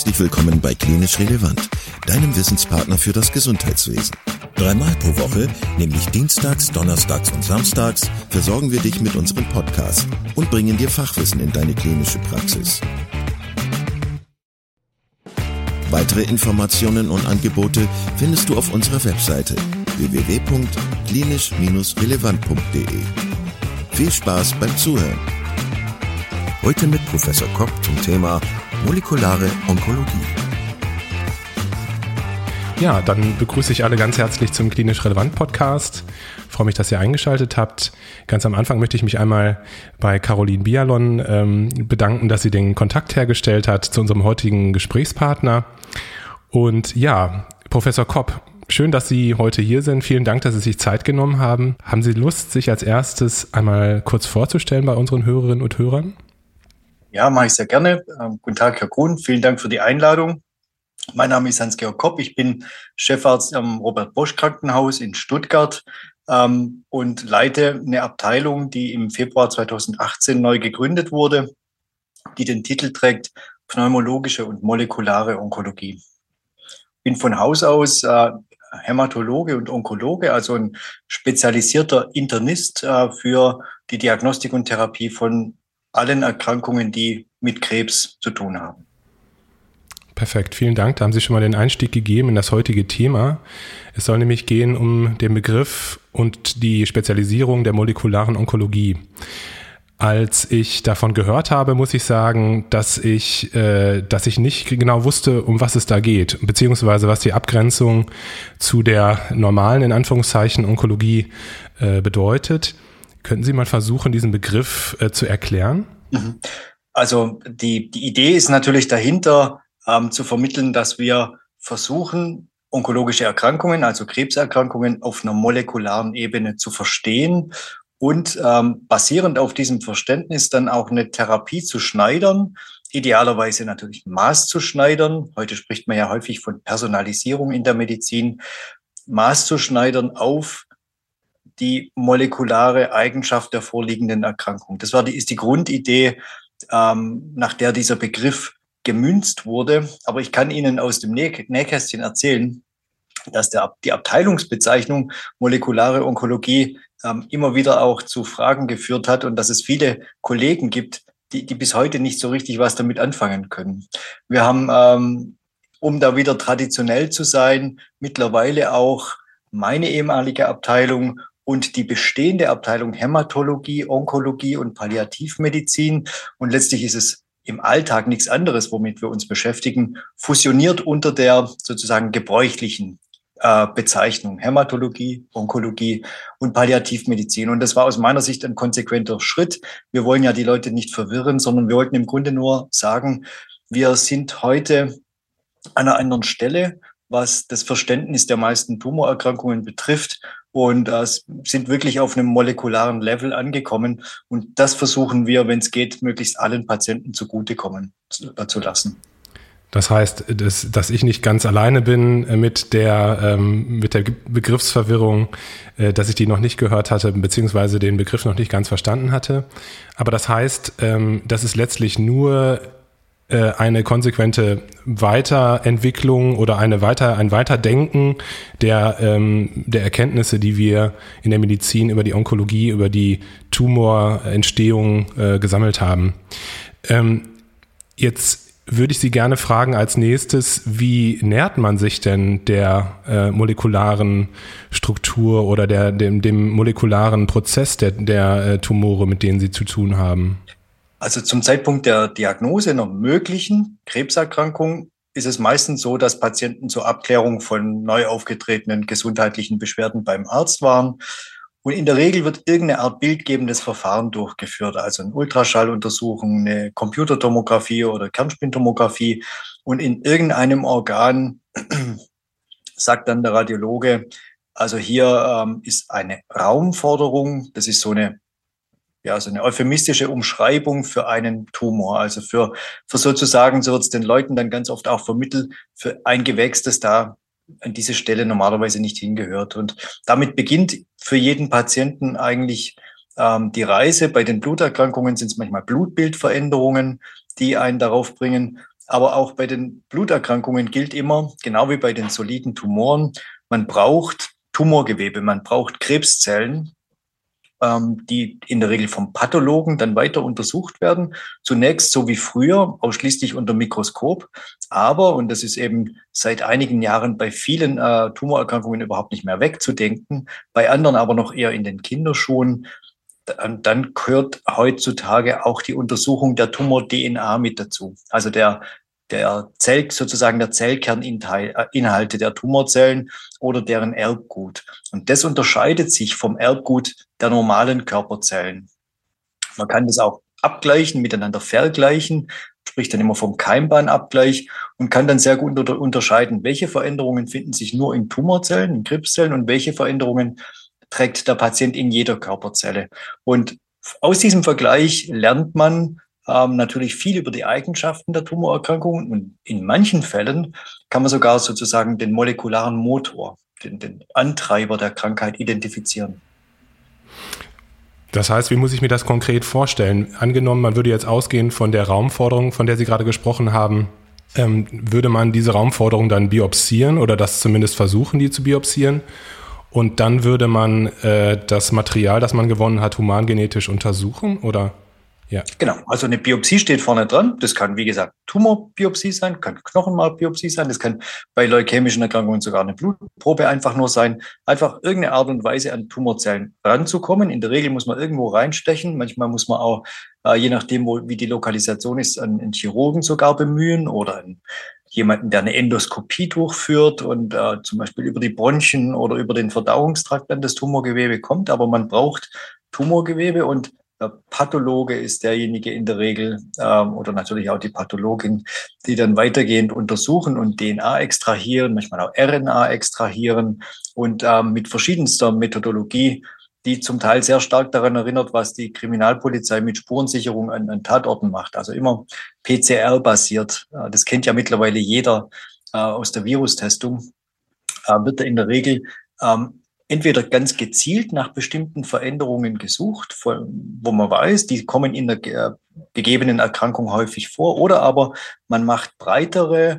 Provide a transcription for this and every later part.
Herzlich willkommen bei Klinisch Relevant, deinem Wissenspartner für das Gesundheitswesen. 3-mal pro Woche, nämlich dienstags, donnerstags und samstags, versorgen wir dich mit unserem Podcast und bringen dir Fachwissen in deine klinische Praxis. Weitere Informationen und Angebote findest du auf unserer Webseite www.klinisch-relevant.de. Viel Spaß beim Zuhören. Heute mit Professor Kopp zum Thema molekulare Onkologie. Ja, dann begrüße ich alle ganz herzlich zum Klinisch Relevant Podcast. Ich freue mich, dass ihr eingeschaltet habt. Ganz am Anfang möchte ich mich einmal bei Caroline Bialon bedanken, dass sie den Kontakt hergestellt hat zu unserem heutigen Gesprächspartner. Und ja, Professor Kopp, schön, dass Sie heute hier sind. Vielen Dank, dass Sie sich Zeit genommen haben. Haben Sie Lust, sich als erstes einmal kurz vorzustellen bei unseren Hörerinnen und Hörern? Ja, mache ich sehr gerne. Guten Tag, Herr Kuhn. Vielen Dank für die Einladung. Mein Name ist Hans-Georg Kopp. Ich bin Chefarzt am Robert-Bosch-Krankenhaus in Stuttgart und leite eine Abteilung, die im Februar 2018 neu gegründet wurde, die den Titel trägt Pneumologische und molekulare Onkologie. Bin von Haus aus Hämatologe und Onkologe, also ein spezialisierter Internist für die Diagnostik und Therapie von allen Erkrankungen, die mit Krebs zu tun haben. Perfekt, vielen Dank. Da haben Sie schon mal den Einstieg gegeben in das heutige Thema. Es soll nämlich gehen um den Begriff und die Spezialisierung der molekularen Onkologie. Als ich davon gehört habe, muss ich sagen, dass ich nicht genau wusste, um was es da geht, beziehungsweise was die Abgrenzung zu der normalen, in Anführungszeichen, Onkologie bedeutet. Könnten Sie mal versuchen, diesen Begriff zu erklären? Also die Idee ist natürlich dahinter, zu vermitteln, dass wir versuchen, onkologische Erkrankungen, also Krebserkrankungen, auf einer molekularen Ebene zu verstehen und basierend auf diesem Verständnis dann auch eine Therapie zu schneidern, idealerweise natürlich maßzuschneidern. Heute spricht man ja häufig von Personalisierung in der Medizin, maßzuschneidern auf die molekulare Eigenschaft der vorliegenden Erkrankung. Das ist die Grundidee, nach der dieser Begriff gemünzt wurde. Aber ich kann Ihnen aus dem Nähkästchen erzählen, dass die Abteilungsbezeichnung molekulare Onkologie immer wieder auch zu Fragen geführt hat und dass es viele Kollegen gibt, die bis heute nicht so richtig was damit anfangen können. Wir haben, um da wieder traditionell zu sein, mittlerweile auch meine ehemalige Abteilung und die bestehende Abteilung Hämatologie, Onkologie und Palliativmedizin. Und letztlich ist es im Alltag nichts anderes, womit wir uns beschäftigen, fusioniert unter der sozusagen gebräuchlichen Bezeichnung Hämatologie, Onkologie und Palliativmedizin. Und das war aus meiner Sicht ein konsequenter Schritt. Wir wollen ja die Leute nicht verwirren, sondern wir wollten im Grunde nur sagen, wir sind heute an einer anderen Stelle, was das Verständnis der meisten Tumorerkrankungen betrifft und sind wirklich auf einem molekularen Level angekommen. Und das versuchen wir, wenn es geht, möglichst allen Patienten zugutekommen zu lassen. Das heißt, dass ich nicht ganz alleine bin mit der Begriffsverwirrung, dass ich die noch nicht gehört hatte, beziehungsweise den Begriff noch nicht ganz verstanden hatte. Aber das heißt, dass es letztlich nur eine konsequente Weiterentwicklung oder ein Weiterdenken der Erkenntnisse, die wir in der Medizin über die Onkologie, über die Tumorentstehung gesammelt haben. Jetzt würde ich Sie gerne fragen als nächstes, wie nähert man sich denn der molekularen Struktur oder dem molekularen Prozess der Tumore, mit denen Sie zu tun haben? Also zum Zeitpunkt der Diagnose einer möglichen Krebserkrankung ist es meistens so, dass Patienten zur Abklärung von neu aufgetretenen gesundheitlichen Beschwerden beim Arzt waren. Und in der Regel wird irgendeine Art bildgebendes Verfahren durchgeführt, also eine Ultraschalluntersuchung, eine Computertomographie oder Kernspintomographie. Und in irgendeinem Organ sagt dann der Radiologe, also hier ist eine Raumforderung, das ist so eine euphemistische Umschreibung für einen Tumor, also für sozusagen, so wird es den Leuten dann ganz oft auch vermittelt, für ein Gewächs, das da an diese Stelle normalerweise nicht hingehört. Und damit beginnt für jeden Patienten eigentlich die Reise. Bei den Bluterkrankungen sind es manchmal Blutbildveränderungen, die einen darauf bringen. Aber auch bei den Bluterkrankungen gilt immer, genau wie bei den soliden Tumoren, man braucht Tumorgewebe, man braucht Krebszellen, die in der Regel vom Pathologen dann weiter untersucht werden. Zunächst so wie früher, ausschließlich unter Mikroskop. Aber, und das ist eben seit einigen Jahren bei vielen Tumorerkrankungen überhaupt nicht mehr wegzudenken, bei anderen aber noch eher in den Kinderschuhen, dann gehört heutzutage auch die Untersuchung der Tumor-DNA mit dazu. Also der sozusagen der Zellkerninhalte der Tumorzellen oder deren Erbgut. Und das unterscheidet sich vom Erbgut der normalen Körperzellen. Man kann das auch abgleichen, miteinander vergleichen, spricht dann immer vom Keimbahnabgleich und kann dann sehr gut unterscheiden, welche Veränderungen finden sich nur in Tumorzellen, in Krebszellen und welche Veränderungen trägt der Patient in jeder Körperzelle. Und aus diesem Vergleich lernt man natürlich viel über die Eigenschaften der Tumorerkrankungen und in manchen Fällen kann man sogar sozusagen den molekularen Motor, den Antreiber der Krankheit identifizieren. Das heißt, wie muss ich mir das konkret vorstellen? Angenommen, man würde jetzt ausgehen von der Raumforderung, von der Sie gerade gesprochen haben, würde man diese Raumforderung dann biopsieren oder das zumindest versuchen, die zu biopsieren? Und dann würde man das Material, das man gewonnen hat, humangenetisch untersuchen, oder? Ja. Genau, also eine Biopsie steht vorne dran. Das kann, wie gesagt, Tumorbiopsie sein, kann Knochenmarkbiopsie sein, das kann bei leukämischen Erkrankungen sogar eine Blutprobe einfach nur sein. Einfach irgendeine Art und Weise an Tumorzellen ranzukommen. In der Regel muss man irgendwo reinstechen. Manchmal muss man auch, je nachdem, wie die Lokalisation ist, einen Chirurgen sogar bemühen oder jemanden, der eine Endoskopie durchführt und zum Beispiel über die Bronchien oder über den Verdauungstrakt dann das Tumorgewebe kommt. Aber man braucht Tumorgewebe und der Pathologe ist derjenige in der Regel oder natürlich auch die Pathologin, die dann weitergehend untersuchen und DNA extrahieren, manchmal auch RNA extrahieren und mit verschiedenster Methodologie, die zum Teil sehr stark daran erinnert, was die Kriminalpolizei mit Spurensicherung an Tatorten macht. Also immer PCR-basiert. Das kennt ja mittlerweile jeder aus der Virustestung. Wird in der Regel entweder ganz gezielt nach bestimmten Veränderungen gesucht, wo man weiß, die kommen in der gegebenen Erkrankung häufig vor, oder aber man macht breiter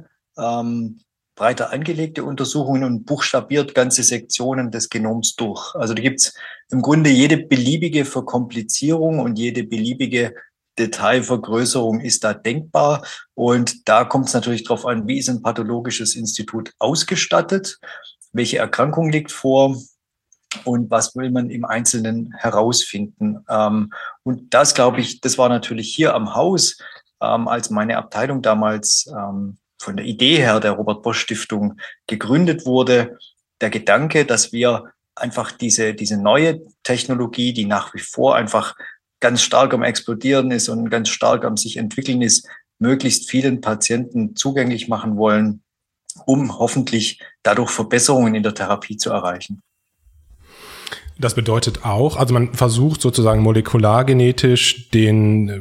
angelegte Untersuchungen und buchstabiert ganze Sektionen des Genoms durch. Also da gibt's im Grunde jede beliebige Verkomplizierung und jede beliebige Detailvergrößerung ist da denkbar. Und da kommt es natürlich darauf an, wie ist ein pathologisches Institut ausgestattet, welche Erkrankung liegt vor und was will man im Einzelnen herausfinden. Und das, glaube ich, das war natürlich hier am Haus, als meine Abteilung damals von der Idee her der Robert-Bosch-Stiftung gegründet wurde, der Gedanke, dass wir einfach diese neue Technologie, die nach wie vor einfach ganz stark am Explodieren ist und ganz stark am sich entwickeln ist, möglichst vielen Patienten zugänglich machen wollen, um hoffentlich dadurch Verbesserungen in der Therapie zu erreichen. Das bedeutet auch, also man versucht sozusagen molekulargenetisch den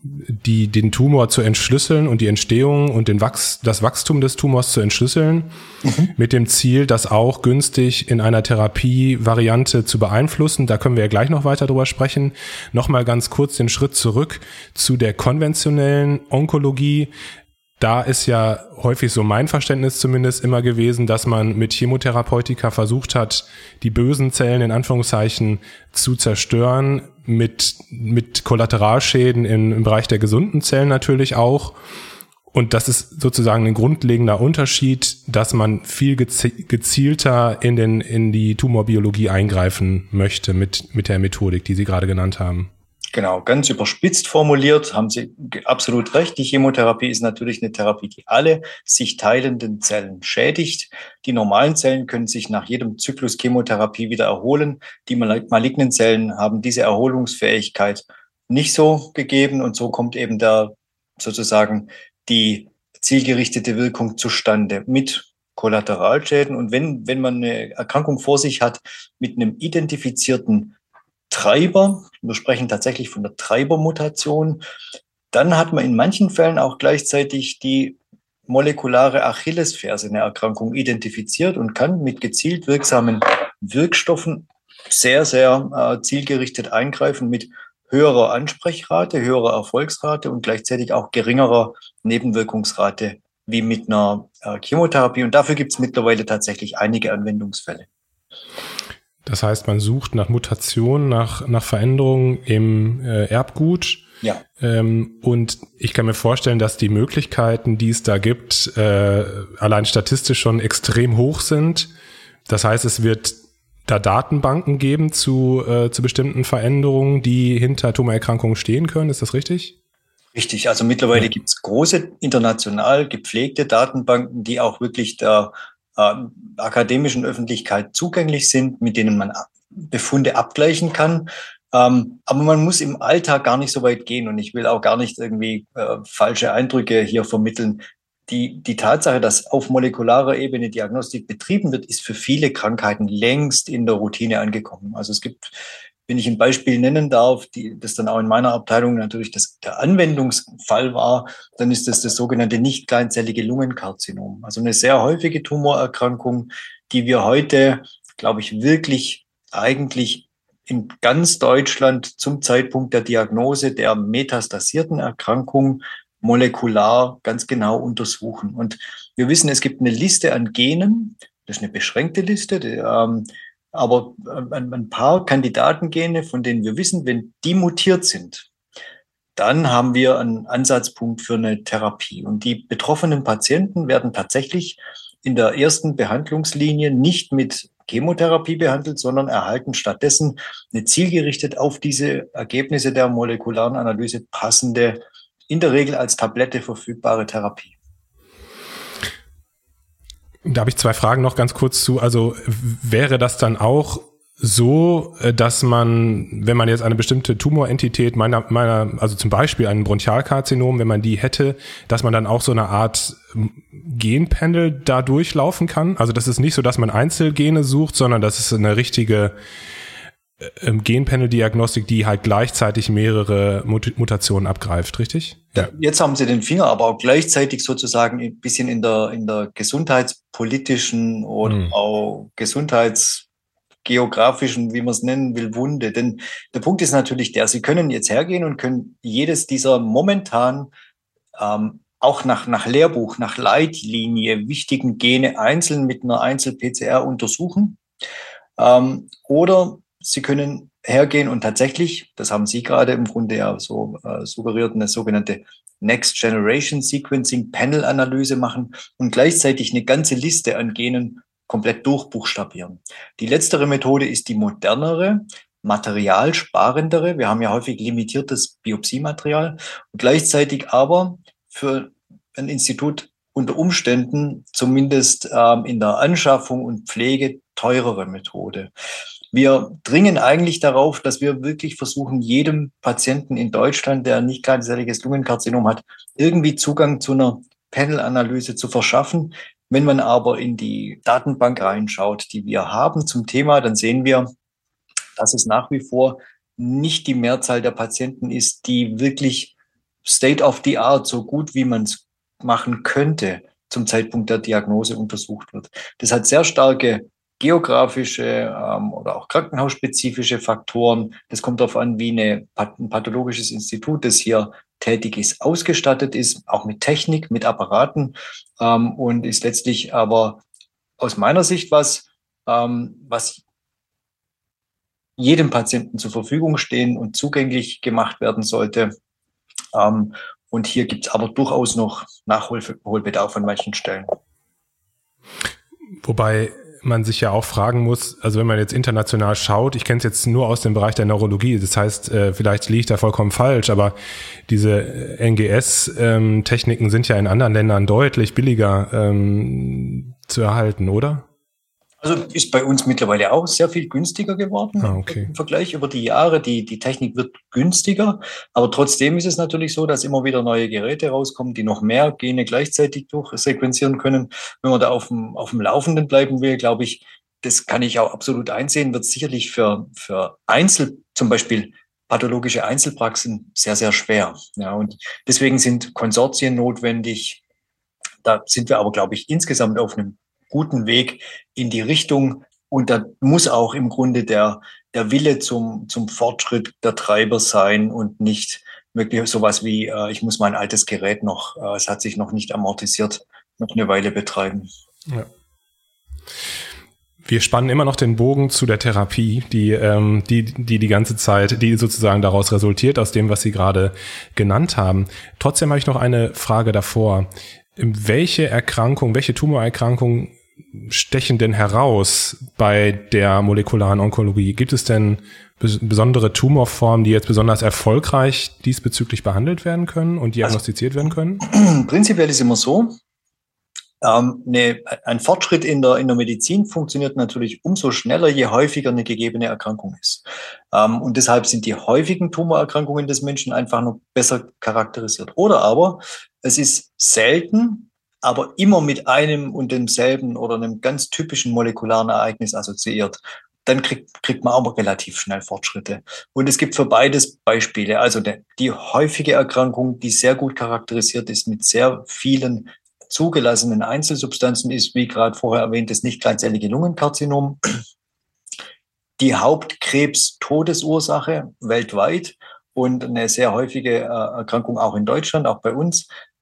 Tumor zu entschlüsseln und die Entstehung und das Wachstum des Tumors zu entschlüsseln, mit dem Ziel, das auch günstig in einer Therapievariante zu beeinflussen. Da können wir ja gleich noch weiter drüber sprechen. Nochmal ganz kurz den Schritt zurück zu der konventionellen Onkologie. Da ist ja häufig so mein Verständnis zumindest immer gewesen, dass man mit Chemotherapeutika versucht hat, die bösen Zellen in Anführungszeichen zu zerstören, mit Kollateralschäden im Bereich der gesunden Zellen natürlich auch. Und das ist sozusagen ein grundlegender Unterschied, dass man viel gezielter in die Tumorbiologie eingreifen möchte mit der Methodik, die Sie gerade genannt haben. Genau, ganz überspitzt formuliert, haben Sie absolut recht. Die Chemotherapie ist natürlich eine Therapie, die alle sich teilenden Zellen schädigt. Die normalen Zellen können sich nach jedem Zyklus Chemotherapie wieder erholen. Die malignen Zellen haben diese Erholungsfähigkeit nicht so gegeben und so kommt eben sozusagen die zielgerichtete Wirkung zustande mit Kollateralschäden. Und wenn man eine Erkrankung vor sich hat mit einem identifizierten Treiber, wir sprechen tatsächlich von der Treibermutation, dann hat man in manchen Fällen auch gleichzeitig die molekulare Achillesferse einer Erkrankung identifiziert und kann mit gezielt wirksamen Wirkstoffen sehr, sehr zielgerichtet eingreifen mit höherer Ansprechrate, höherer Erfolgsrate und gleichzeitig auch geringerer Nebenwirkungsrate wie mit einer Chemotherapie. Und dafür gibt es mittlerweile tatsächlich einige Anwendungsfälle. Das heißt, man sucht nach Mutationen, nach Veränderungen im Erbgut. Ja. Und ich kann mir vorstellen, dass die Möglichkeiten, die es da gibt, allein statistisch schon extrem hoch sind. Das heißt, es wird da Datenbanken geben zu bestimmten Veränderungen, die hinter Tumorerkrankungen stehen können. Ist das richtig? Richtig. Also mittlerweile gibt es große, international gepflegte Datenbanken, die auch wirklich der akademischen Öffentlichkeit zugänglich sind, mit denen man Befunde abgleichen kann. Aber man muss im Alltag gar nicht so weit gehen und ich will auch gar nicht irgendwie falsche Eindrücke hier vermitteln. Die Tatsache, dass auf molekularer Ebene Diagnostik betrieben wird, ist für viele Krankheiten längst in der Routine angekommen. Also es gibt, wenn ich ein Beispiel nennen darf, das dann auch in meiner Abteilung natürlich der Anwendungsfall war, dann ist das sogenannte nicht kleinzellige Lungenkarzinom. Also eine sehr häufige Tumorerkrankung, die wir heute, glaube ich, wirklich eigentlich in ganz Deutschland zum Zeitpunkt der Diagnose der metastasierten Erkrankung molekular ganz genau untersuchen. Und wir wissen, es gibt eine Liste an Genen, das ist eine beschränkte Liste, aber ein paar Kandidatengene, von denen wir wissen, wenn die mutiert sind, dann haben wir einen Ansatzpunkt für eine Therapie. Und die betroffenen Patienten werden tatsächlich in der ersten Behandlungslinie nicht mit Chemotherapie behandelt, sondern erhalten stattdessen eine zielgerichtet auf diese Ergebnisse der molekularen Analyse passende, in der Regel als Tablette verfügbare Therapie. Da habe ich 2 Fragen noch ganz kurz zu. Also wäre das dann auch so, dass man, wenn man jetzt eine bestimmte Tumorentität also zum Beispiel einen Bronchialkarzinom, wenn man die hätte, dass man dann auch so eine Art Genpanel da durchlaufen kann? Also das ist nicht so, dass man Einzelgene sucht, sondern das ist eine richtige Genpanel-Diagnostik, die halt gleichzeitig mehrere Mutationen abgreift, richtig? Ja. Jetzt haben Sie den Finger aber auch gleichzeitig sozusagen ein bisschen in der gesundheitspolitischen oder auch gesundheitsgeografischen, wie man es nennen will, Wunde. Denn der Punkt ist natürlich der, Sie können jetzt hergehen und können jedes dieser momentan auch nach Lehrbuch, nach Leitlinie wichtigen Gene einzeln mit einer Einzel-PCR untersuchen. Oder Sie können hergehen und tatsächlich, das haben Sie gerade im Grunde ja so suggeriert, eine sogenannte Next Generation Sequencing Panel Analyse machen und gleichzeitig eine ganze Liste an Genen komplett durchbuchstabieren. Die letztere Methode ist die modernere, materialsparendere. Wir haben ja häufig limitiertes Biopsiematerial und gleichzeitig aber für ein Institut unter Umständen zumindest in der Anschaffung und Pflege teurere Methode. Wir dringen eigentlich darauf, dass wir wirklich versuchen, jedem Patienten in Deutschland, der ein nicht kleinzelliges Lungenkarzinom hat, irgendwie Zugang zu einer Panel-Analyse zu verschaffen. Wenn man aber in die Datenbank reinschaut, die wir haben zum Thema, dann sehen wir, dass es nach wie vor nicht die Mehrzahl der Patienten ist, die wirklich State of the Art, so gut wie man es machen könnte, zum Zeitpunkt der Diagnose untersucht wird. Das hat sehr starke geografische oder auch krankenhausspezifische Faktoren. Das kommt darauf an, wie ein pathologisches Institut, das hier tätig ist, ausgestattet ist, auch mit Technik, mit Apparaten und ist letztlich aber aus meiner Sicht was jedem Patienten zur Verfügung stehen und zugänglich gemacht werden sollte. Und hier gibt es aber durchaus noch Nachholbedarf an manchen Stellen. Wobei man sich ja auch fragen muss, also wenn man jetzt international schaut, ich kenne es jetzt nur aus dem Bereich der Neurologie, das heißt, vielleicht liege ich da vollkommen falsch, aber diese NGS-Techniken sind ja in anderen Ländern deutlich billiger zu erhalten, oder? Also ist bei uns mittlerweile auch sehr viel günstiger geworden okay. Im Vergleich über die Jahre. Die Technik wird günstiger, aber trotzdem ist es natürlich so, dass immer wieder neue Geräte rauskommen, die noch mehr Gene gleichzeitig durchsequenzieren können. Wenn man da auf dem Laufenden bleiben will, glaube ich, das kann ich auch absolut einsehen, wird sicherlich für zum Beispiel pathologische Einzelpraxen sehr, sehr schwer. Ja, und deswegen sind Konsortien notwendig. Da sind wir aber, glaube ich, insgesamt auf einem guten Weg in die Richtung. Und da muss auch im Grunde der der Wille zum Fortschritt der Treiber sein und nicht wirklich sowas wie, ich muss mein altes Gerät noch, es hat sich noch nicht amortisiert, noch eine Weile betreiben. Ja. Wir spannen immer noch den Bogen zu der Therapie, die ganze Zeit, die sozusagen daraus resultiert, aus dem, was Sie gerade genannt haben. Trotzdem habe ich noch eine Frage davor. Welche Tumorerkrankungen stechen denn heraus bei der molekularen Onkologie? Gibt es denn besondere Tumorformen, die jetzt besonders erfolgreich diesbezüglich behandelt werden können und diagnostiziert werden können? Prinzipiell ist immer so, ein Fortschritt in der Medizin funktioniert natürlich umso schneller, je häufiger eine gegebene Erkrankung ist. Und deshalb sind die häufigen Tumorerkrankungen des Menschen einfach noch besser charakterisiert. Oder aber es ist selten, aber immer mit einem und demselben oder einem ganz typischen molekularen Ereignis assoziiert. Dann kriegt man auch relativ schnell Fortschritte. Und es gibt für beides Beispiele. Also die häufige Erkrankung, die sehr gut charakterisiert ist mit sehr vielen zugelassenen Einzelsubstanzen, ist, wie gerade vorher erwähnt, das nicht kleinzellige Lungenkarzinom. Die Hauptkrebs-Todesursache weltweit und eine sehr häufige Erkrankung auch in Deutschland, auch bei uns.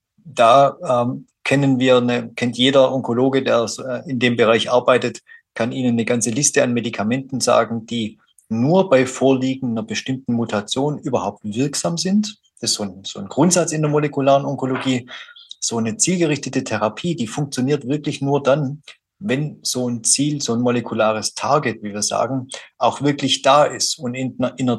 Da kennt jeder Onkologe, der in dem Bereich arbeitet, kann Ihnen eine ganze Liste an Medikamenten sagen, die nur bei Vorliegen einer bestimmten Mutation überhaupt wirksam sind. Das ist so ein Grundsatz in der molekularen Onkologie. So eine zielgerichtete Therapie, die funktioniert wirklich nur dann, wenn so ein Ziel, so ein molekulares Target, wie wir sagen, auch wirklich da ist und in einer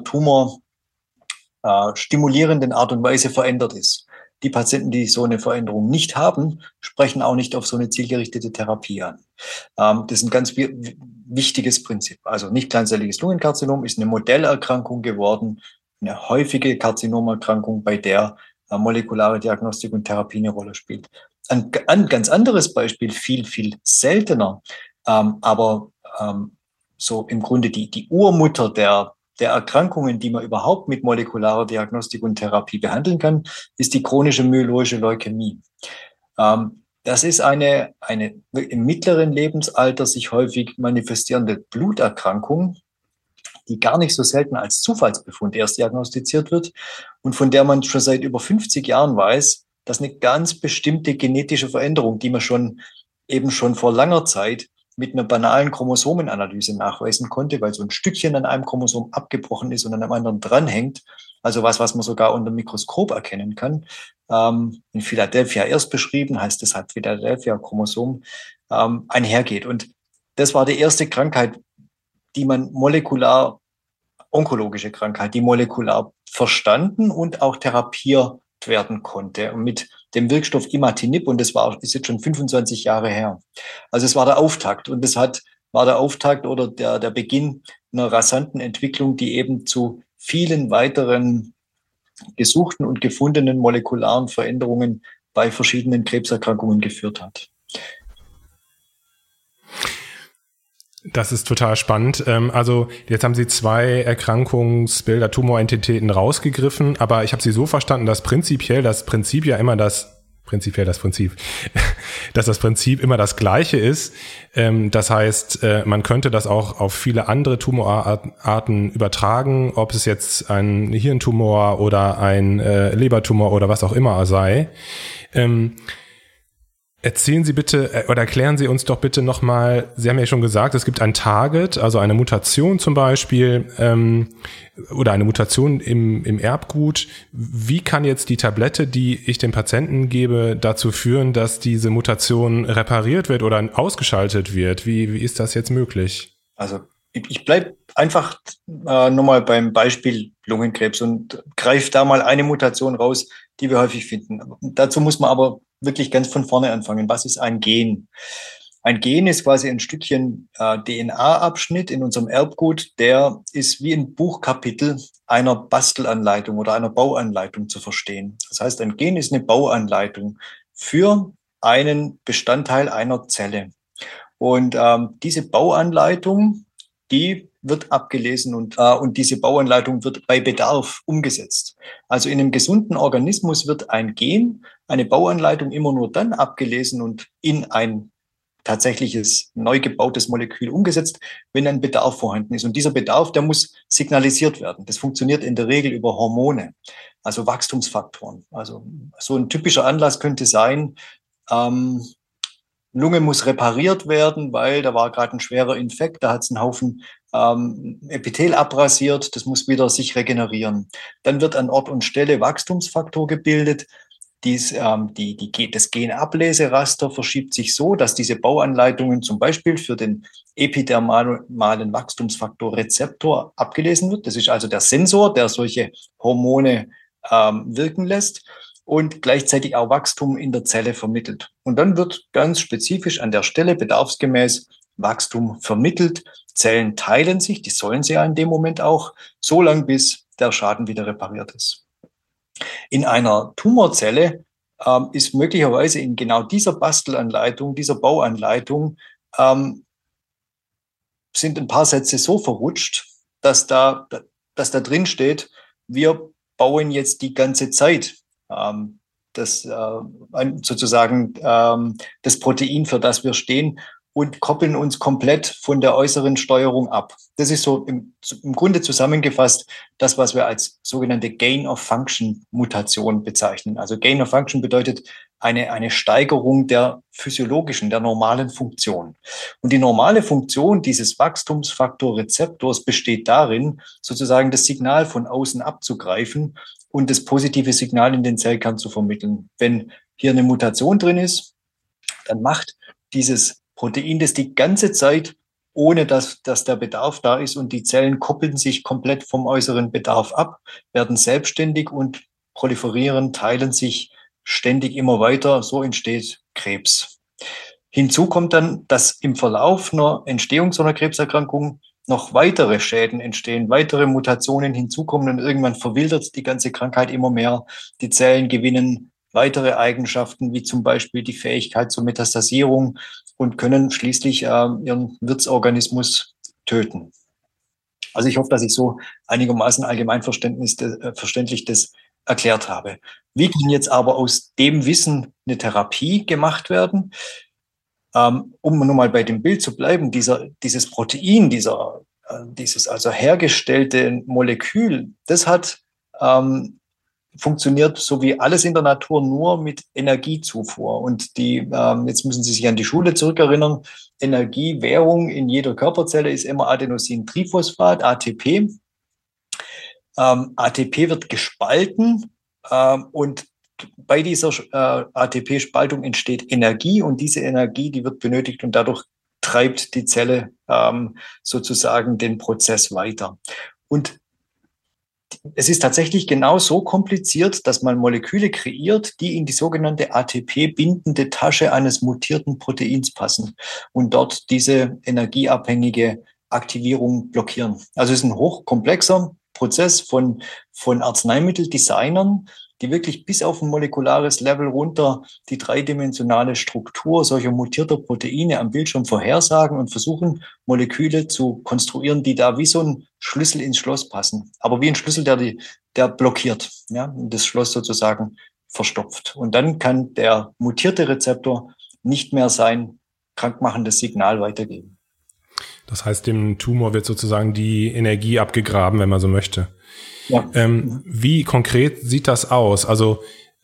tumorstimulierenden Art und Weise verändert ist. Die Patienten, die so eine Veränderung nicht haben, sprechen auch nicht auf so eine zielgerichtete Therapie an. Das ist ein ganz wichtiges Prinzip. Also nicht kleinzelliges Lungenkarzinom ist eine Modellerkrankung geworden, eine häufige Karzinomerkrankung, bei der molekulare Diagnostik und Therapie eine Rolle spielt. Ein ganz anderes Beispiel, viel, viel seltener, aber so im Grunde die Urmutter der Erkrankungen, die man überhaupt mit molekularer Diagnostik und Therapie behandeln kann, ist die chronische myeloische Leukämie. Das ist eine im mittleren Lebensalter sich häufig manifestierende Bluterkrankung, die gar nicht so selten als Zufallsbefund erst diagnostiziert wird und von der man schon seit über 50 Jahren weiß, dass eine ganz bestimmte genetische Veränderung, die man schon vor langer Zeit mit einer banalen Chromosomenanalyse nachweisen konnte, weil so ein Stückchen an einem Chromosom abgebrochen ist und an einem anderen dranhängt, also was man sogar unter dem Mikroskop erkennen kann. In Philadelphia erst beschrieben, heißt deshalb Philadelphia-Chromosom, einhergeht. Und das war die erste Krankheit, die man onkologische Krankheit, die molekular verstanden und auch therapiert werden konnte. Und mit dem Wirkstoff Imatinib, und ist jetzt schon 25 Jahre her. Also es war der Auftakt und war der Auftakt oder der Beginn einer rasanten Entwicklung, die eben zu vielen weiteren gesuchten und gefundenen molekularen Veränderungen bei verschiedenen Krebserkrankungen geführt hat. Das ist total spannend. Also jetzt haben Sie 2 Erkrankungsbilder, Tumorentitäten rausgegriffen, aber ich habe Sie so verstanden, dass das Prinzip immer das Gleiche ist. Das heißt, man könnte das auch auf viele andere Tumorarten übertragen, ob es jetzt ein Hirntumor oder ein Lebertumor oder was auch immer sei. Erzählen Sie bitte oder erklären Sie uns doch bitte nochmal, Sie haben ja schon gesagt, es gibt ein Target, also eine Mutation zum Beispiel oder eine Mutation im Erbgut. Wie kann jetzt die Tablette, die ich dem Patienten gebe, dazu führen, dass diese Mutation repariert wird oder ausgeschaltet wird? Wie ist das jetzt möglich? Also ich bleibe einfach nochmal beim Beispiel Lungenkrebs und greife da mal eine Mutation raus, die wir häufig finden. Dazu muss man aber wirklich ganz von vorne anfangen. Was ist ein Gen? Ein Gen ist quasi ein Stückchen DNA-Abschnitt in unserem Erbgut, der ist wie ein Buchkapitel einer Bastelanleitung oder einer Bauanleitung zu verstehen. Das heißt, ein Gen ist eine Bauanleitung für einen Bestandteil einer Zelle. Und diese Bauanleitung, die wird abgelesen und diese Bauanleitung wird bei Bedarf umgesetzt. Also in einem gesunden Organismus wird ein Gen, eine Bauanleitung immer nur dann abgelesen und in ein tatsächliches neu gebautes Molekül umgesetzt, wenn ein Bedarf vorhanden ist. Und dieser Bedarf, der muss signalisiert werden. Das funktioniert in der Regel über Hormone, also Wachstumsfaktoren. Also so ein typischer Anlass könnte sein, Lunge muss repariert werden, weil da war gerade ein schwerer Infekt, da hat es einen Haufen Epithel abrasiert, das muss wieder sich regenerieren. Dann wird an Ort und Stelle Wachstumsfaktor gebildet. Das Genableseraster verschiebt sich so, dass diese Bauanleitungen zum Beispiel für den epidermalen Wachstumsfaktorrezeptor abgelesen wird. Das ist also der Sensor, der solche Hormone wirken lässt und gleichzeitig auch Wachstum in der Zelle vermittelt. Und dann wird ganz spezifisch an der Stelle bedarfsgemäß Wachstum vermittelt. Zellen teilen sich, die sollen sie ja in dem Moment auch, so lange bis der Schaden wieder repariert ist. In einer Tumorzelle ist möglicherweise in genau dieser Bastelanleitung, dieser Bauanleitung, sind ein paar Sätze so verrutscht, dass da drin steht, wir bauen jetzt die ganze Zeit das Protein, für das wir stehen, und koppeln uns komplett von der äußeren Steuerung ab. Das ist so im Grunde zusammengefasst das, was wir als sogenannte Gain-of-Function-Mutation bezeichnen. Also Gain-of-Function bedeutet eine Steigerung der physiologischen, der normalen Funktion. Und die normale Funktion dieses Wachstumsfaktorrezeptors besteht darin, sozusagen das Signal von außen abzugreifen und das positive Signal in den Zellkern zu vermitteln. Wenn hier eine Mutation drin ist, dann macht dieses Protein das die ganze Zeit, ohne dass der Bedarf da ist, und die Zellen koppeln sich komplett vom äußeren Bedarf ab, werden selbstständig und proliferieren, teilen sich ständig immer weiter. So entsteht Krebs. Hinzu kommt dann, dass im Verlauf einer Entstehung so einer Krebserkrankung noch weitere Schäden entstehen, weitere Mutationen hinzukommen und irgendwann verwildert die ganze Krankheit immer mehr. Die Zellen gewinnen weitere Eigenschaften, wie zum Beispiel die Fähigkeit zur Metastasierung, und können schließlich ihren Wirtsorganismus töten. Also ich hoffe, dass ich so einigermaßen verständlich das erklärt habe. Wie kann jetzt aber aus dem Wissen eine Therapie gemacht werden? Um nun mal bei dem Bild zu bleiben, dieses Protein, dieses also hergestellte Molekül, das hat funktioniert so wie alles in der Natur nur mit Energiezufuhr. Und jetzt müssen Sie sich an die Schule zurückerinnern, Energiewährung in jeder Körperzelle ist immer Adenosintriphosphat, ATP. ATP wird gespalten und bei dieser ATP-Spaltung entsteht Energie, und diese Energie, die wird benötigt, und dadurch treibt die Zelle sozusagen den Prozess weiter. Und es ist tatsächlich genau so kompliziert, dass man Moleküle kreiert, die in die sogenannte ATP-bindende Tasche eines mutierten Proteins passen und dort diese energieabhängige Aktivierung blockieren. Also es ist ein hochkomplexer Prozess von Arzneimitteldesignern, die wirklich bis auf ein molekulares Level runter die dreidimensionale Struktur solcher mutierter Proteine am Bildschirm vorhersagen und versuchen, Moleküle zu konstruieren, die da wie so ein Schlüssel ins Schloss passen. Aber wie ein Schlüssel, der blockiert, ja, und das Schloss sozusagen verstopft. Und dann kann der mutierte Rezeptor nicht mehr sein krankmachendes Signal weitergeben. Das heißt, dem Tumor wird sozusagen die Energie abgegraben, wenn man so möchte. Ja. Wie konkret sieht das aus? Also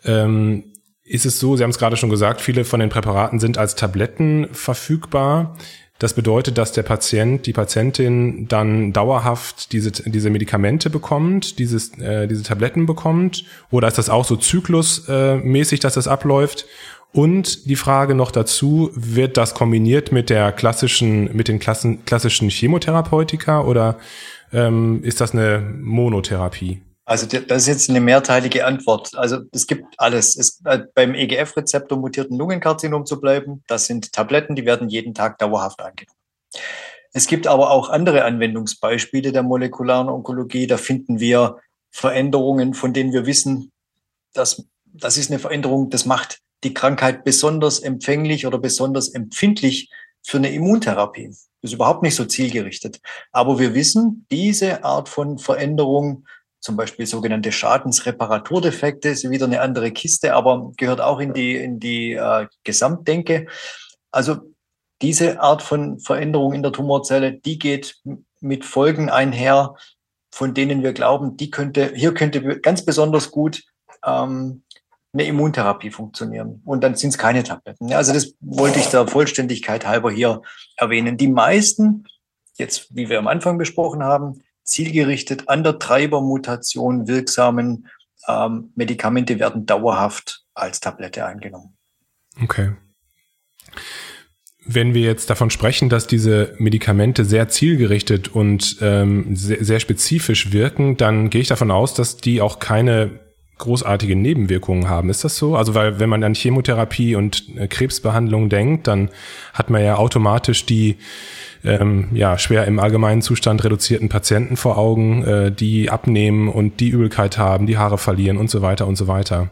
ist es so, Sie haben es gerade schon gesagt, viele von den Präparaten sind als Tabletten verfügbar. Das bedeutet, dass der Patient, die Patientin dann dauerhaft diese Medikamente bekommt, diese Tabletten bekommt? Oder ist das auch so zyklusmäßig, dass das abläuft? Und die Frage noch dazu, wird das kombiniert mit den klassischen Chemotherapeutika, oder ist das eine Monotherapie? Also das ist jetzt eine mehrteilige Antwort. Also es gibt alles. Beim EGF-Rezeptor mutierten Lungenkarzinom zu bleiben, das sind Tabletten, die werden jeden Tag dauerhaft eingenommen. Es gibt aber auch andere Anwendungsbeispiele der molekularen Onkologie. Da finden wir Veränderungen, von denen wir wissen, das ist eine Veränderung, das macht die Krankheit besonders empfänglich oder besonders empfindlich für eine Immuntherapie. Das ist überhaupt nicht so zielgerichtet. Aber wir wissen, diese Art von Veränderung, zum Beispiel sogenannte Schadensreparaturdefekte, ist wieder eine andere Kiste, aber gehört auch in die Gesamtdenke. Also diese Art von Veränderung in der Tumorzelle, die geht mit Folgen einher, von denen wir glauben, hier könnte ganz besonders gut eine Immuntherapie funktionieren. Und dann sind es keine Tabletten. Ja, also das wollte ich der Vollständigkeit halber hier erwähnen. Die meisten, jetzt wie wir am Anfang besprochen haben, zielgerichtet an der Treibermutation wirksamen Medikamente werden dauerhaft als Tablette eingenommen. Okay. Wenn wir jetzt davon sprechen, dass diese Medikamente sehr zielgerichtet und sehr, sehr spezifisch wirken, dann gehe ich davon aus, dass die auch keine großartige Nebenwirkungen haben. Ist das so? Also weil wenn man an Chemotherapie und Krebsbehandlung denkt, dann hat man ja automatisch die schwer im allgemeinen Zustand reduzierten Patienten vor Augen, die abnehmen und die Übelkeit haben, die Haare verlieren und so weiter und so weiter.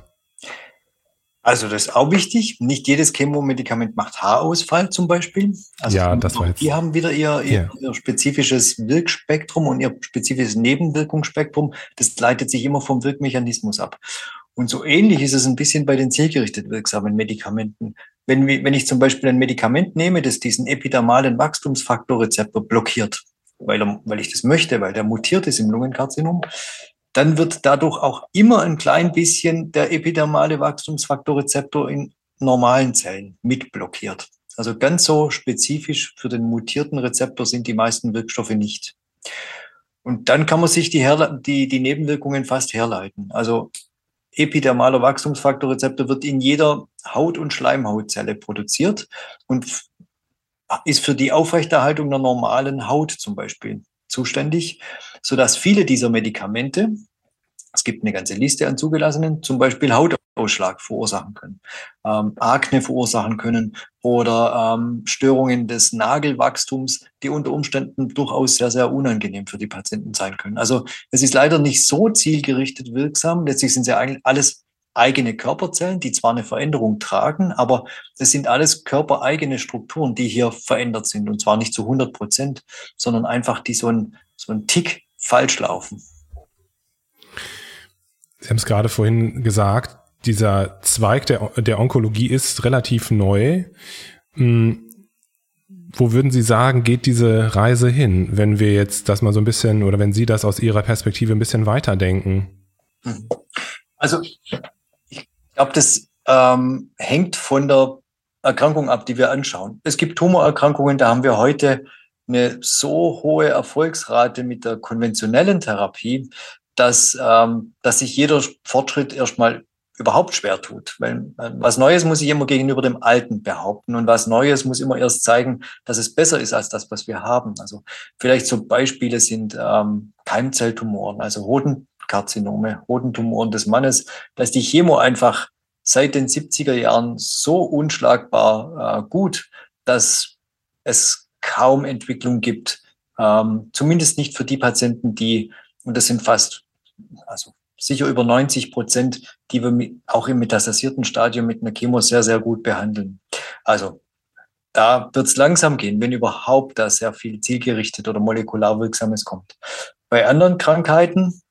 Also das ist auch wichtig. Nicht jedes Chemomedikament macht Haarausfall zum Beispiel. Also ja, das war jetzt. Die haben wieder ihr spezifisches Wirkspektrum und ihr spezifisches Nebenwirkungsspektrum. Das leitet sich immer vom Wirkmechanismus ab. Und so ähnlich ist es ein bisschen bei den zielgerichtet wirksamen Medikamenten. Wenn ich zum Beispiel ein Medikament nehme, das diesen epidermalen Wachstumsfaktorrezeptor blockiert, weil ich das möchte, weil der mutiert ist im Lungenkarzinom, dann wird dadurch auch immer ein klein bisschen der epidermale Wachstumsfaktorrezeptor in normalen Zellen mitblockiert. Also ganz so spezifisch für den mutierten Rezeptor sind die meisten Wirkstoffe nicht. Und dann kann man sich die Nebenwirkungen fast herleiten. Also epidermaler Wachstumsfaktorrezeptor wird in jeder Haut- und Schleimhautzelle produziert und ist für die Aufrechterhaltung der normalen Haut zum Beispiel zuständig, sodass viele dieser Medikamente, es gibt eine ganze Liste an zugelassenen, zum Beispiel Hautausschlag verursachen können, Akne verursachen können oder Störungen des Nagelwachstums, die unter Umständen durchaus sehr, sehr unangenehm für die Patienten sein können. Also es ist leider nicht so zielgerichtet wirksam. Letztlich sind es ja eigentlich alles eigene Körperzellen, die zwar eine Veränderung tragen, aber das sind alles körpereigene Strukturen, die hier verändert sind. Und zwar nicht zu 100%, sondern einfach die so ein Tick falsch laufen. Sie haben es gerade vorhin gesagt, dieser Zweig der Onkologie ist relativ neu. Wo würden Sie sagen, geht diese Reise hin, wenn wir jetzt das mal so ein bisschen oder wenn Sie das aus Ihrer Perspektive ein bisschen weiterdenken? Also ich glaube, das hängt von der Erkrankung ab, die wir anschauen. Es gibt Tumorerkrankungen, da haben wir heute eine so hohe Erfolgsrate mit der konventionellen Therapie, dass sich jeder Fortschritt erstmal überhaupt schwer tut. Weil was Neues muss ich immer gegenüber dem Alten behaupten und was Neues muss immer erst zeigen, dass es besser ist als das, was wir haben. Also vielleicht so Beispiele sind Keimzelltumoren, also Hodenkarzinome, Hodentumoren des Mannes. Da ist die Chemo einfach seit den 70er Jahren so unschlagbar gut, dass es kaum Entwicklung gibt, zumindest nicht für die Patienten, und das sind also sicher über 90%, die wir auch im metastasierten Stadium mit einer Chemo sehr, sehr gut behandeln. Also da wird es langsam gehen, wenn überhaupt da sehr viel zielgerichtet oder molekular Wirksames kommt. Bei anderen Krankheiten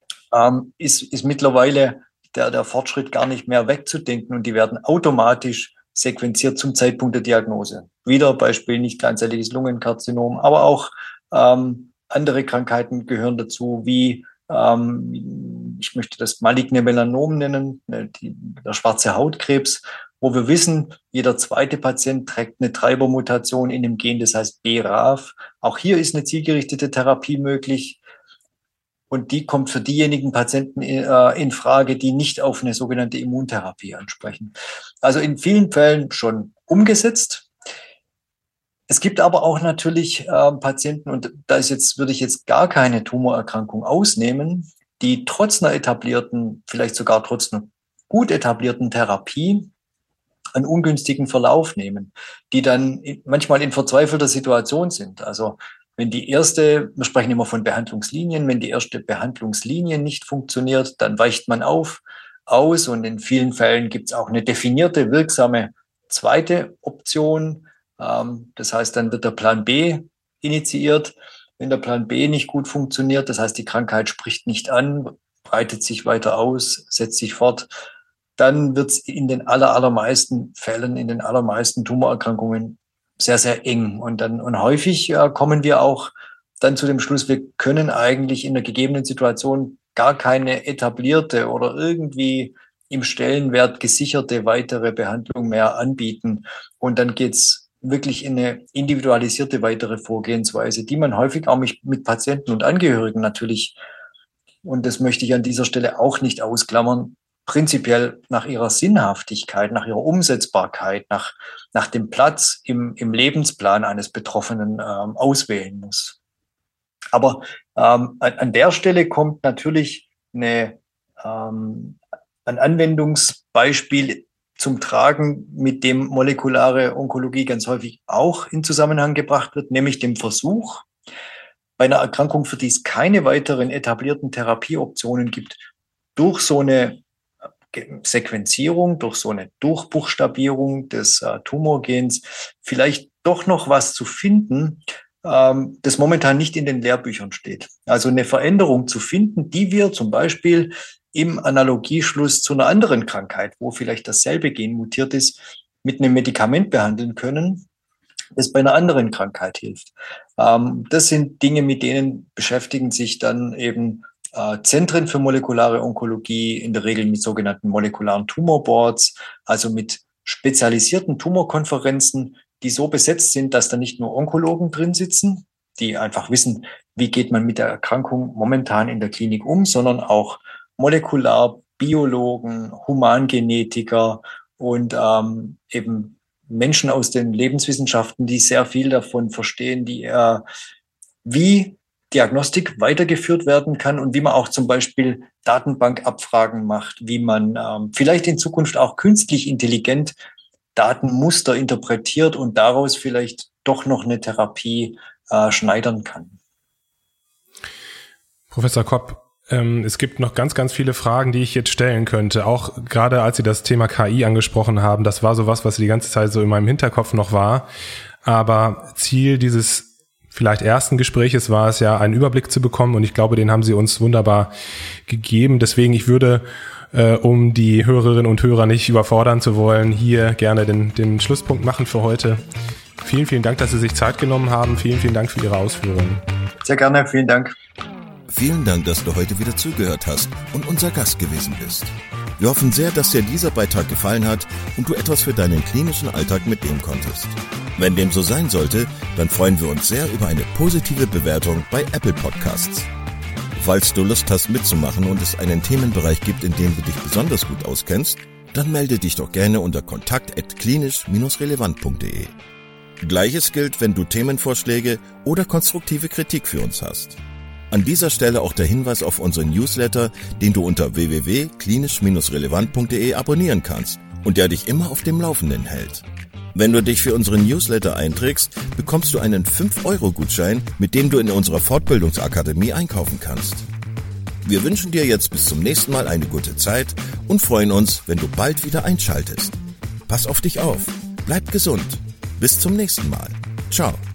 ist mittlerweile der Fortschritt gar nicht mehr wegzudenken und die werden automatisch sequenziert zum Zeitpunkt der Diagnose. Wieder Beispiel nicht kleinzelliges Lungenkarzinom, aber auch andere Krankheiten gehören dazu, wie ich möchte das maligne Melanom nennen, der schwarze Hautkrebs, wo wir wissen, jeder zweite Patient trägt eine Treibermutation in dem Gen, das heißt BRAF. Auch hier ist eine zielgerichtete Therapie möglich und die kommt für diejenigen Patienten in Frage, die nicht auf eine sogenannte Immuntherapie ansprechen. Also in vielen Fällen schon umgesetzt. Es gibt aber auch natürlich Patienten, und würde ich jetzt gar keine Tumorerkrankung ausnehmen, die trotz einer etablierten, vielleicht sogar trotz einer gut etablierten Therapie einen ungünstigen Verlauf nehmen, die dann manchmal in verzweifelter Situation sind. Also wir sprechen immer von Behandlungslinien, wenn die erste Behandlungslinie nicht funktioniert, dann weicht man aus und in vielen Fällen gibt es auch eine definierte, wirksame zweite Option. Das heißt, dann wird der Plan B initiiert. Wenn der Plan B nicht gut funktioniert, das heißt, die Krankheit spricht nicht an, breitet sich weiter aus, setzt sich fort, dann wird es in den allermeisten Fällen, in den allermeisten Tumorerkrankungen sehr, sehr eng. Und häufig kommen wir auch dann zu dem Schluss, wir können eigentlich in der gegebenen Situation gar keine etablierte oder irgendwie im Stellenwert gesicherte weitere Behandlung mehr anbieten. Und dann geht's wirklich in eine individualisierte weitere Vorgehensweise, die man häufig auch mit Patienten und Angehörigen natürlich, und das möchte ich an dieser Stelle auch nicht ausklammern, prinzipiell nach ihrer Sinnhaftigkeit, nach ihrer Umsetzbarkeit, nach dem Platz im Lebensplan eines Betroffenen auswählen muss. Aber an der Stelle kommt natürlich ein Anwendungsbeispiel zum Tragen, mit dem molekulare Onkologie ganz häufig auch in Zusammenhang gebracht wird, nämlich dem Versuch, bei einer Erkrankung, für die es keine weiteren etablierten Therapieoptionen gibt, durch so eine Sequenzierung, durch so eine Durchbuchstabierung des Tumorgens vielleicht doch noch was zu finden, das momentan nicht in den Lehrbüchern steht. Also eine Veränderung zu finden, die wir zum Beispiel im Analogieschluss zu einer anderen Krankheit, wo vielleicht dasselbe Gen mutiert ist, mit einem Medikament behandeln können, das bei einer anderen Krankheit hilft. Das sind Dinge, mit denen beschäftigen sich dann eben Zentren für molekulare Onkologie, in der Regel mit sogenannten molekularen Tumorboards, also mit spezialisierten Tumorkonferenzen, die so besetzt sind, dass da nicht nur Onkologen drin sitzen, die einfach wissen, wie geht man mit der Erkrankung momentan in der Klinik um, sondern auch Molekularbiologen, Humangenetiker und eben Menschen aus den Lebenswissenschaften, die sehr viel davon verstehen, wie Diagnostik weitergeführt werden kann und wie man auch zum Beispiel Datenbankabfragen macht, wie man vielleicht in Zukunft auch künstlich intelligent Datenmuster interpretiert und daraus vielleicht doch noch eine Therapie schneidern kann. Professor Kopp, es gibt noch ganz, ganz viele Fragen, die ich jetzt stellen könnte. Auch gerade als Sie das Thema KI angesprochen haben, das war so was die ganze Zeit so in meinem Hinterkopf noch war. Aber Ziel dieses vielleicht ersten Gespräches war es ja, einen Überblick zu bekommen. Und ich glaube, den haben Sie uns wunderbar gegeben. Deswegen, ich würde, um die Hörerinnen und Hörer nicht überfordern zu wollen, hier gerne den Schlusspunkt machen für heute. Vielen, vielen Dank, dass Sie sich Zeit genommen haben. Vielen, vielen Dank für Ihre Ausführungen. Sehr gerne, vielen Dank. Vielen Dank, dass du heute wieder zugehört hast und unser Gast gewesen bist. Wir hoffen sehr, dass dir dieser Beitrag gefallen hat und du etwas für deinen klinischen Alltag mitnehmen konntest. Wenn dem so sein sollte, dann freuen wir uns sehr über eine positive Bewertung bei Apple Podcasts. Falls du Lust hast mitzumachen und es einen Themenbereich gibt, in dem du dich besonders gut auskennst, dann melde dich doch gerne unter kontakt@klinisch-relevant.de. Gleiches gilt, wenn du Themenvorschläge oder konstruktive Kritik für uns hast. An dieser Stelle auch der Hinweis auf unseren Newsletter, den du unter www.klinisch-relevant.de abonnieren kannst und der dich immer auf dem Laufenden hält. Wenn du dich für unseren Newsletter einträgst, bekommst du einen 5-Euro-Gutschein, mit dem du in unserer Fortbildungsakademie einkaufen kannst. Wir wünschen dir jetzt bis zum nächsten Mal eine gute Zeit und freuen uns, wenn du bald wieder einschaltest. Pass auf dich auf, bleib gesund. Bis zum nächsten Mal. Ciao.